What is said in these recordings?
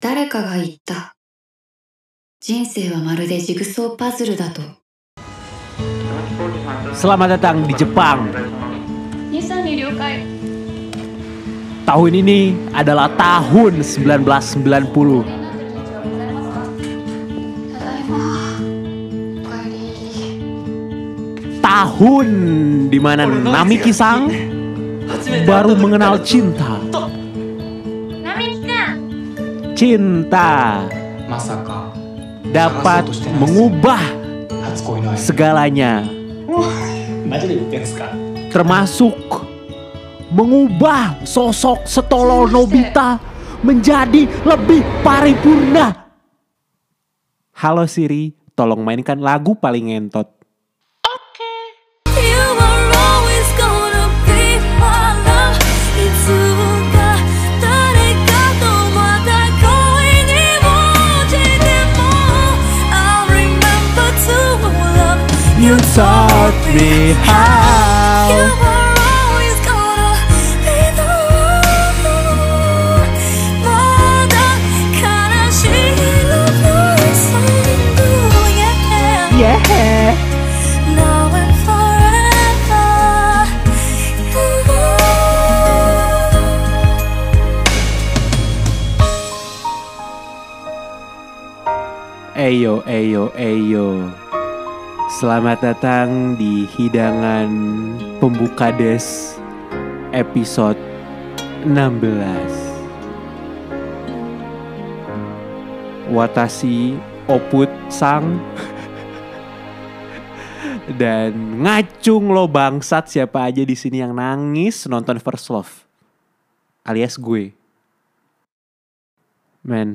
誰かが言った。人生はまるでジグソーパズルだと。 Selamat datang di Jepang. 23了解。 Tahun ini adalah tahun 1990. ただいま。おかえり。 Tahun di mana Namiki-san baru mengenal cinta. Cinta dapat mengubah segalanya, termasuk mengubah sosok setolol Nobita menjadi lebih paripurna. Halo Siri, tolong mainkan lagu paling ngentot. You taught me how. You were always gonna be the one. まだ悲しいのYeah. Yeah. Now and forever. Eyo, eyo, eyo. Selamat datang di hidangan pembuka des episode 16. Watashi Oput Sang. Dan ngacung lo bangsat, siapa aja di sini yang nangis nonton First Love alias gue. Men.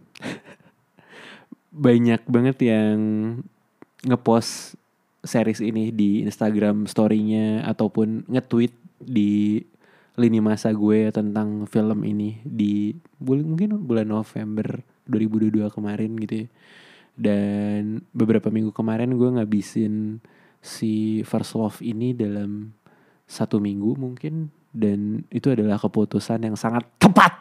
Banyak banget yang ngepost series ini di Instagram story-nya ataupun nge-tweet di lini masa gue tentang film ini di mungkin bulan November 2022 kemarin gitu ya. Dan beberapa minggu kemarin gue ngabisin si First Love ini dalam 1 minggu mungkin, dan itu adalah keputusan yang sangat tepat.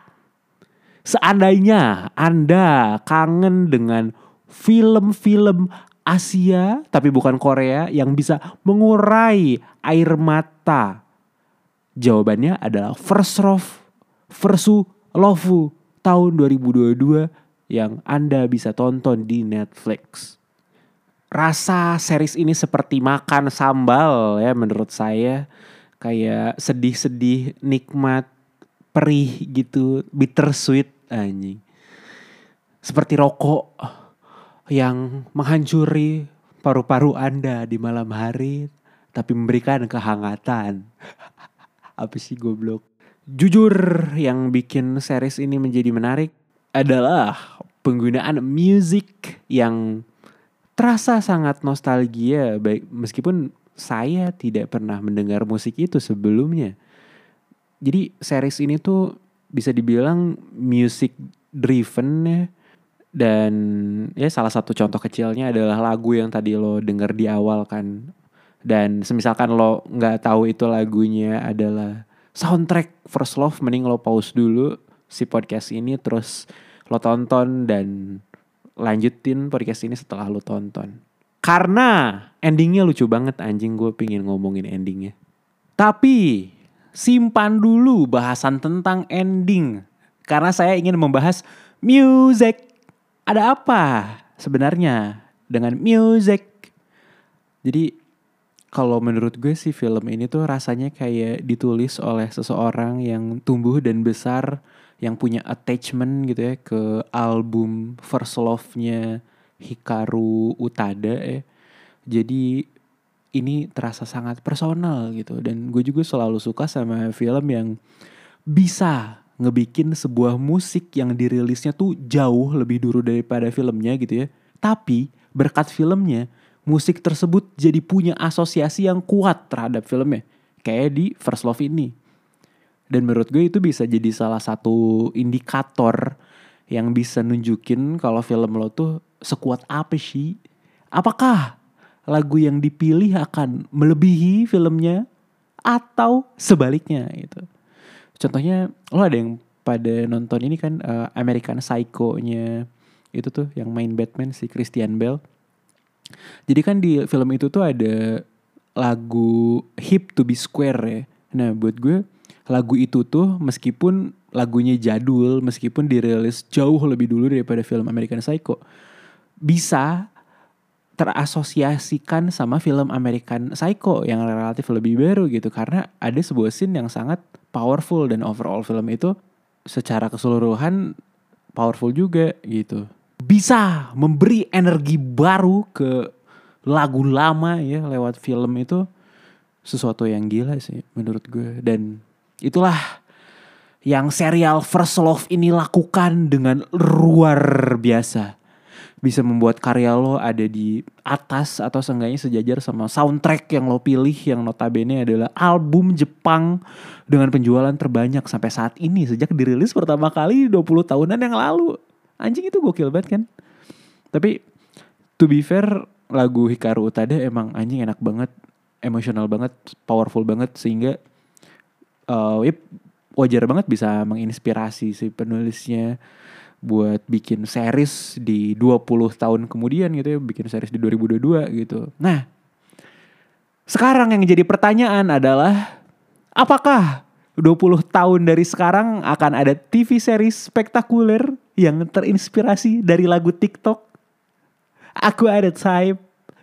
Seandainya Anda kangen dengan film-film Asia tapi bukan Korea yang bisa mengurai air mata, jawabannya adalah First Love versus Love tahun 2022 yang Anda bisa tonton di Netflix. Rasa series ini seperti makan sambal ya menurut saya, kayak sedih-sedih, nikmat, perih gitu, bittersweet anjing. Seperti rokok yang menghancuri paru-paru Anda di malam hari tapi memberikan kehangatan. Apa sih goblok? Jujur, yang bikin series ini menjadi menarik adalah penggunaan musik yang terasa sangat nostalgia, baik meskipun saya tidak pernah mendengar musik itu sebelumnya. Jadi series ini tuh bisa dibilang music driven ya. Dan ya salah satu contoh kecilnya adalah lagu yang tadi lo denger di awal kan. Dan semisalkan lo gak tahu itu lagunya adalah soundtrack First Love, mending lo pause dulu si podcast ini, terus lo tonton dan lanjutin podcast ini setelah lo tonton. Karena endingnya lucu banget anjing, gue pengen ngomongin endingnya. Tapi simpan dulu bahasan tentang ending, karena saya ingin membahas music. Ada apa sebenarnya dengan music? Jadi kalau menurut gue sih film ini tuh rasanya kayak ditulis oleh seseorang yang tumbuh dan besar, yang punya attachment gitu ya ke album First Love-nya Hikaru Utada ya. Jadi ini terasa sangat personal gitu. Dan gue juga selalu suka sama film yang bisa ngebikin sebuah musik yang dirilisnya tuh jauh lebih dulu daripada filmnya gitu ya. Tapi berkat filmnya, musik tersebut jadi punya asosiasi yang kuat terhadap filmnya. Kayak di First Love ini. Dan menurut gue itu bisa jadi salah satu indikator yang bisa nunjukin kalau film lo tuh sekuat apa sih. Apakah lagu yang dipilih akan melebihi filmnya atau sebaliknya gitu. Contohnya lo ada yang pada nonton ini kan American Psycho-nya itu tuh yang main Batman si Christian Bale. Jadi kan di film itu tuh ada lagu Hip to be Square ya. Nah buat gue lagu itu tuh meskipun lagunya jadul, meskipun dirilis jauh lebih dulu daripada film American Psycho, bisa terasosiasikan sama film American Psycho yang relatif lebih baru gitu. Karena ada sebuah scene yang sangat powerful dan overall film itu secara keseluruhan powerful juga gitu. Bisa memberi energi baru ke lagu lama ya lewat film itu sesuatu yang gila sih menurut gue. Dan itulah yang serial First Love ini lakukan dengan luar biasa. Bisa membuat karya lo ada di atas atau seenggaknya sejajar sama soundtrack yang lo pilih yang notabene adalah album Jepang dengan penjualan terbanyak sampai saat ini sejak dirilis pertama kali 20 tahunan yang lalu. Anjing itu gokil banget kan. Tapi to be fair lagu Hikaru Utada emang anjing enak banget, emosional banget, powerful banget sehingga wajar banget bisa menginspirasi si penulisnya buat bikin series di 20 tahun kemudian gitu ya, bikin series di 2022 gitu. Nah, sekarang yang jadi pertanyaan adalah apakah 20 tahun dari sekarang akan ada TV series spektakuler yang terinspirasi dari lagu TikTok? Aku ada type.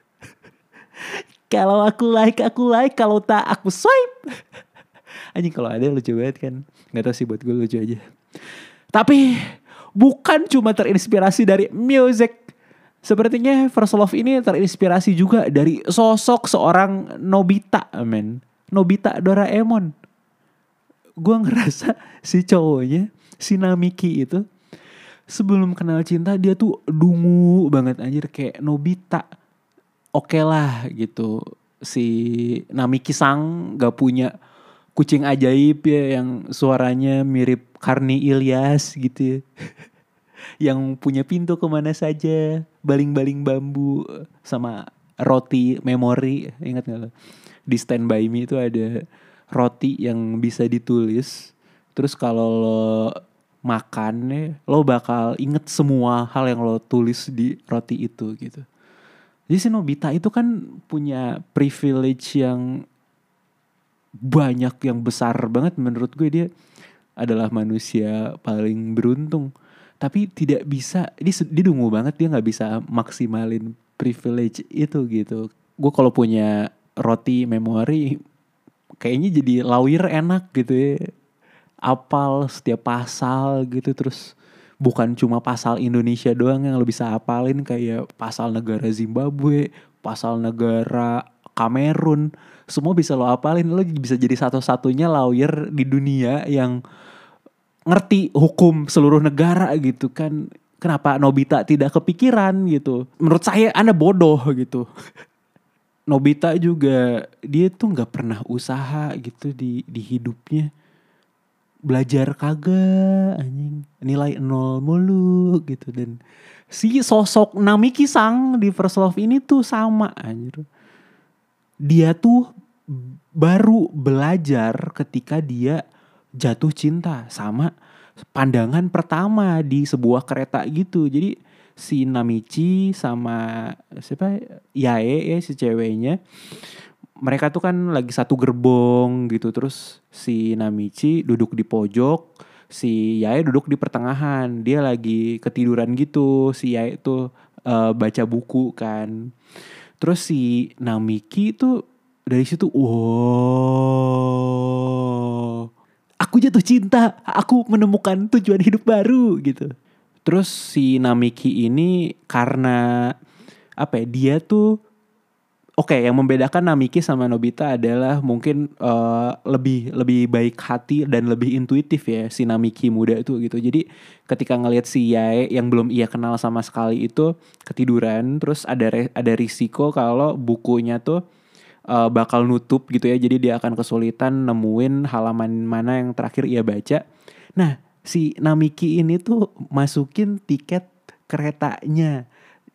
Kalau aku like, kalau tak aku swipe. Anjing kalau ada lucu banget kan. Gak tau sih buat gue lucu aja. Tapi bukan cuma terinspirasi dari music. Sepertinya First Love ini terinspirasi juga dari sosok seorang Nobita, men. Nobita Doraemon. Gue ngerasa si cowoknya, si Namiki itu, sebelum kenal cinta dia tuh dungu banget anjir kayak Nobita. Oke lah gitu. Si Namiki Sang gak punya kucing ajaib ya yang suaranya mirip Karni Ilyas gitu ya. Yang punya pintu kemana saja, baling-baling bambu sama roti memori, ingat gak lo? Di Stand By Me itu ada roti yang bisa ditulis. Terus kalau lo makan lo bakal inget semua hal yang lo tulis di roti itu gitu. Jadi si Nobita itu kan punya privilege yang banyak, yang besar banget menurut gue. Dia adalah manusia paling beruntung, tapi tidak bisa, dia dungu banget, dia nggak bisa maksimalin privilege itu gitu. Gue kalau punya roti memori kayaknya jadi lawyer enak gitu ya, apal setiap pasal gitu. Terus bukan cuma pasal Indonesia doang yang lo bisa apalin, kayak pasal negara Zimbabwe, pasal negara Kamerun, semua bisa lo apalin. Lo bisa jadi satu-satunya lawyer di dunia yang ngerti hukum seluruh negara gitu kan. Kenapa Nobita tidak kepikiran gitu? Menurut saya Anda bodoh gitu. Nobita juga dia tuh nggak pernah usaha gitu di hidupnya. Belajar kagak anjing, nilai 0 mulu gitu. Dan si sosok Namiki Sang di First Love ini tuh sama anjir. Dia tuh baru belajar ketika dia jatuh cinta sama pandangan pertama di sebuah kereta gitu. Jadi si Namichi sama siapa Yae ya si ceweknya, mereka tuh kan lagi satu gerbong gitu. Terus si Namichi duduk di pojok, si Yae duduk di pertengahan. Dia lagi ketiduran gitu. Si Yae tuh baca buku kan. Terus si Namiki tuh dari situ, wow, aku jatuh cinta, aku menemukan tujuan hidup baru gitu. Terus si Namiki ini karena apa ya, dia tuh yang membedakan Namiki sama Nobita adalah mungkin lebih baik hati dan lebih intuitif ya si Namiki muda itu gitu. Jadi ketika ngelihat si Yae yang belum ia kenal sama sekali itu ketiduran, terus ada risiko kalau bukunya tuh bakal nutup gitu ya. Jadi dia akan kesulitan nemuin halaman mana yang terakhir ia baca. Nah, si Namiki ini tuh masukin tiket keretanya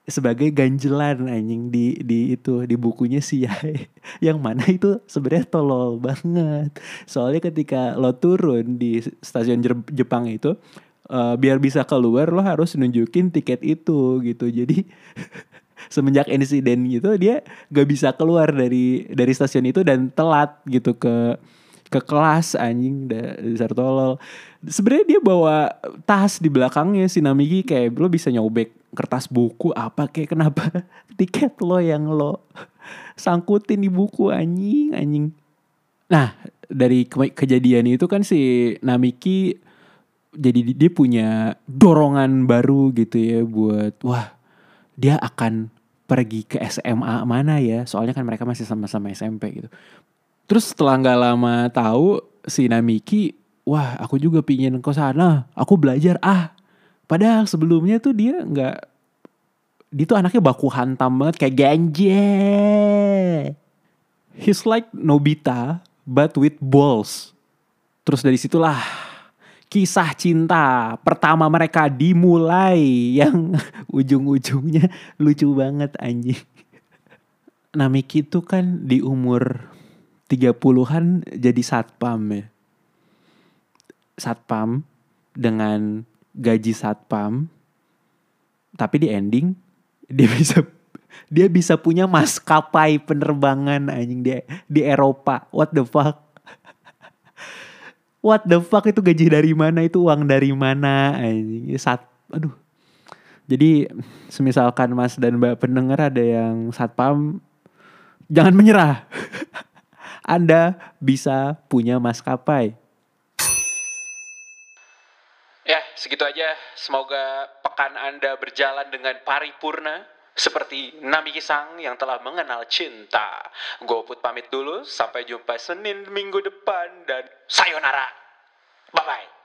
sebagai ganjelan anjing di itu di bukunya si Yae. Yang mana itu sebenarnya tolol banget. Soalnya ketika lo turun di stasiun Jepang itu, biar bisa keluar lo harus nunjukin tiket itu gitu. Jadi semenjak insiden gitu dia gak bisa keluar dari stasiun itu dan telat gitu ke kelas anjing dasar tolol. Sebenarnya dia bawa tas di belakangnya si Namiki, kayak lo bisa nyobek kertas buku apa kayak, kenapa tiket lo yang lo sangkutin di buku anjing. Nah, dari kejadian itu kan si Namiki jadi dia punya dorongan baru gitu ya buat wah dia akan pergi ke SMA mana ya, soalnya kan mereka masih sama-sama SMP gitu. Terus setelah nggak lama tahu si Namiki, wah aku juga pingin ke sana, aku belajar Padahal sebelumnya tuh dia tuh anaknya baku hantam banget kayak Genji. He's like Nobita but with balls. Terus dari situlah kisah cinta pertama mereka dimulai yang ujung-ujungnya lucu banget anjing. Namiki tuh kan di umur 30-an jadi satpam ya. Satpam dengan gaji satpam. Tapi di ending dia bisa punya maskapai penerbangan anjing di Eropa. What the fuck? What the fuck, itu gaji dari mana, itu uang dari mana anjing. Aduh. Jadi semisalkan Mas dan Mbak pendengar ada yang satpam, jangan menyerah. Anda bisa punya maskapai. Ya, segitu aja. Semoga pekan Anda berjalan dengan paripurna seperti Namiki Sang yang telah mengenal cinta. Goput pamit dulu, sampai jumpa Senin minggu depan dan sayonara. Bye-bye.